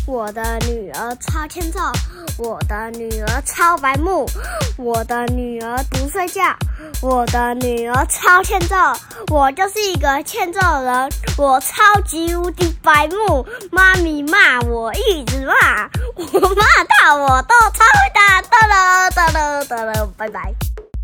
我的女儿超欠揍，我的女儿超白目，我的女儿不睡觉，我的女儿超欠揍，我就是一个欠揍人，我超级无敌白目，妈咪骂我一直骂，我骂到我都超会打，得了，拜拜。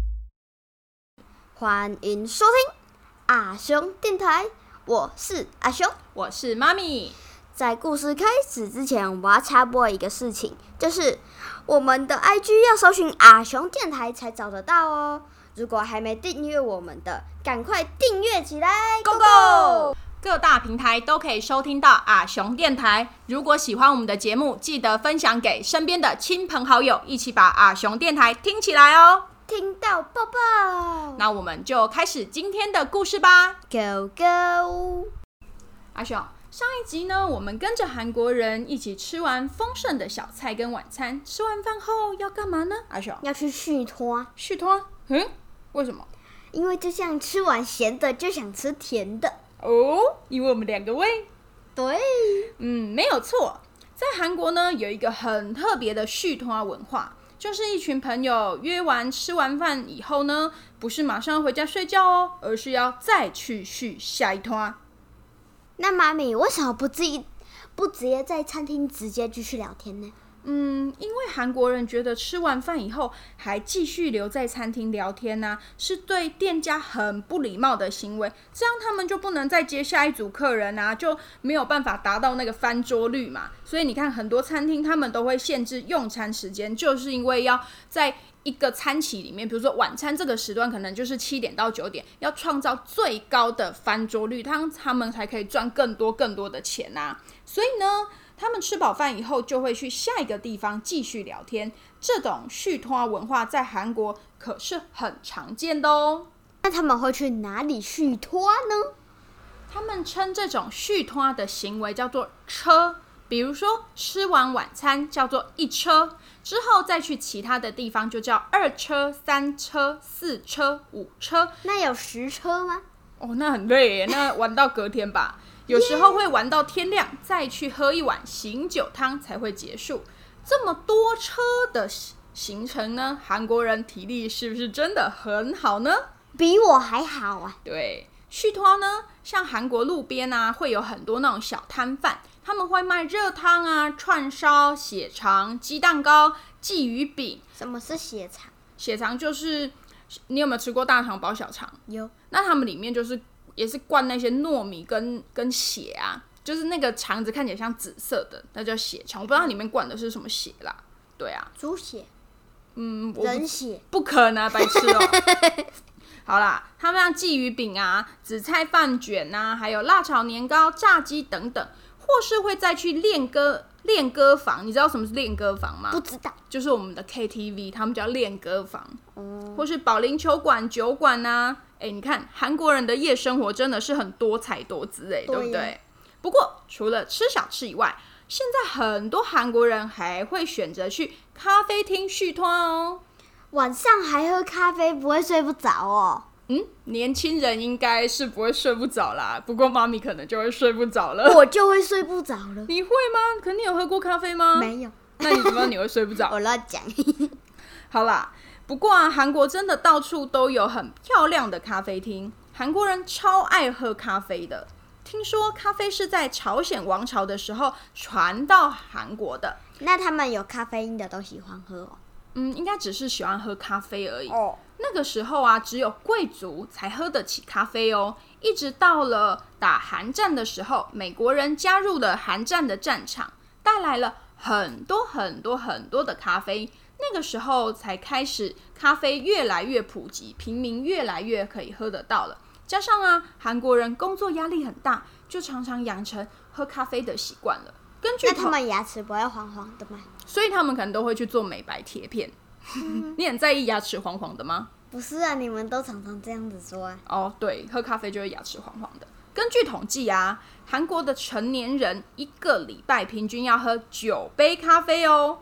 欢迎收听阿雄电台，我是阿雄， 我是妈咪。 在故事开始之前，我要插播一个事情，就是我们的 IG 要搜寻阿雄电台才找得到哦。如果还没订阅我们的，赶快订阅起来 ，Go Go！ 各大平台都可以收听到阿雄电台。如果喜欢我们的节目，记得分享给身边的亲朋好友，一起把阿雄电台听起来哦。 听到抱抱。 那我们就开始今天的故事吧 ，Go Go！ 阿雄，上一集呢，我们跟着韩国人一起吃完丰盛的小菜跟晚餐，吃完饭后要干嘛呢？阿雄要去续托。 续托？为什么？ 因为就像吃完咸的就想吃甜的哦，因为我们两个胃。 对， 没有错。在韩国呢，有一个很特别的续托文化，就是一群朋友约完吃完饭以后呢，不是马上回家睡觉哦，而是要再去续下一托。 那妈咪为什么不直接在餐厅直接继续聊天呢？ 因为韩国人觉得吃完饭以后还继续留在餐厅聊天啊，是对店家很不礼貌的行为，这样他们就不能再接下一组客人啊，就没有办法达到那个翻桌率嘛。所以你看很多餐厅他们都会限制用餐时间，就是因为要在一个餐期里面，比如说晚餐这个时段可能就是7点到9点，要创造最高的翻桌率，他们才可以赚更多的钱啊。所以呢，他们吃饱饭以后就会去下一个地方继续聊天，这种续托文化在韩国可是很常见的哦。 那他们会去哪里续托呢？ 他们称这种续托的行为叫做车，比如说吃完晚餐叫做一车，之后再去其他的地方就叫2车、3车、4车、5车。 那有10车吗？ 哦，那很累耶，那玩到隔天吧。有时候会玩到天亮，再去喝一碗醒酒汤才会结束。这么多车的行程呢，韩国人体力是不是真的很好呢？ 比我还好啊。 对，续托呢，像韩国路边啊，会有很多那种小摊贩，他们会卖热汤啊、串烧、血肠、鸡蛋糕、鲫鱼饼。 什么是血肠？ 血肠就是你有没有吃过大肠包小肠？ 有。 那他们里面也是灌那些糯米跟血啊，就是那个肠子看起来像紫色的，那叫血肠。我不知道里面灌的是什么血啦。对啊， 猪血。 人血？ 不可能啊，白痴哦。好啦，他们像鲫鱼饼啊、紫菜饭卷啊，还有辣炒年糕、炸鸡等等，或是会再去练歌房。你知道什么是练歌房吗？ 不知道。 就是我们的 KTV， 他们叫练歌房。或是保龄球馆、酒馆啊。你看韩国人的夜生活真的是很多彩多姿对不对？不过除了吃小吃以外，现在很多韩国人还会选择去咖啡厅续托哦。 晚上还喝咖啡，不会睡不着哦？ 年轻人应该是不会睡不着啦，不过妈咪可能就会睡不着了。 我就会睡不着了。 你会吗？可你有喝过咖啡吗？ 没有。 那你怎么你会睡不着？ 我乱讲。 好啦，不过啊，韩国真的到处都有很漂亮的咖啡厅，韩国人超爱喝咖啡的。听说咖啡是在朝鲜王朝的时候传到韩国的。 那他们有咖啡因的都喜欢喝哦？ 应该只是喜欢喝咖啡而已。那个时候啊，只有贵族才喝得起咖啡哦。一直到了打韩战的时候，美国人加入了韩战的战场，带来了很多的咖啡。那个时候才开始咖啡越来越普及，平民越来越可以喝得到了。加上啊，韩国人工作压力很大，就常常养成喝咖啡的习惯了。 那他们牙齿不会黄黄的吗？ 所以他们可能都会去做美白贴片。你很在意牙齿黄黄的吗？ 不是啊，你们都常常这样子说啊。 对，喝咖啡就会牙齿黄黄的。根据统计啊，韩国的成年人1个礼拜平均要喝9杯咖啡哦。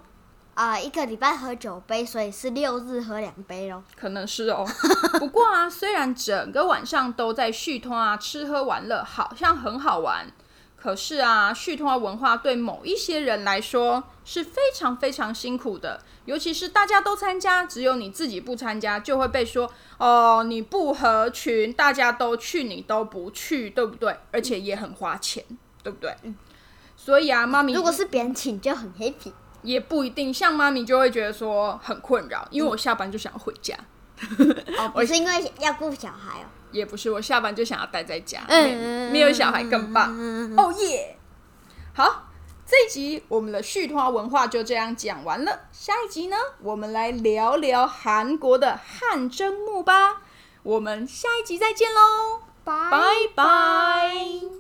1个礼拜喝9杯，所以是6日喝2杯咯。 可能是哦。不过啊，虽然整个晚上都在续托啊，吃喝玩乐，好像很好玩， 可是啊，续托文化对某一些人来说是非常非常辛苦的，尤其是大家都参加，只有你自己不参加，就会被说哦，你不合群，大家都去你都不去，对不对？而且也很花钱，对不对？所以啊，妈咪如果是别人请就很 happy， 也不一定，像妈咪就会觉得说很困扰，因为我下班就想要回家。 不是因为要顾小孩哦。 也不是，我下班就想要待在家，没有小孩更棒。哦耶！好，这一集我们的续托文化就这样讲完了。下一集呢，我们来聊聊韩国的汗蒸幕吧。我们下一集再见喽，拜拜。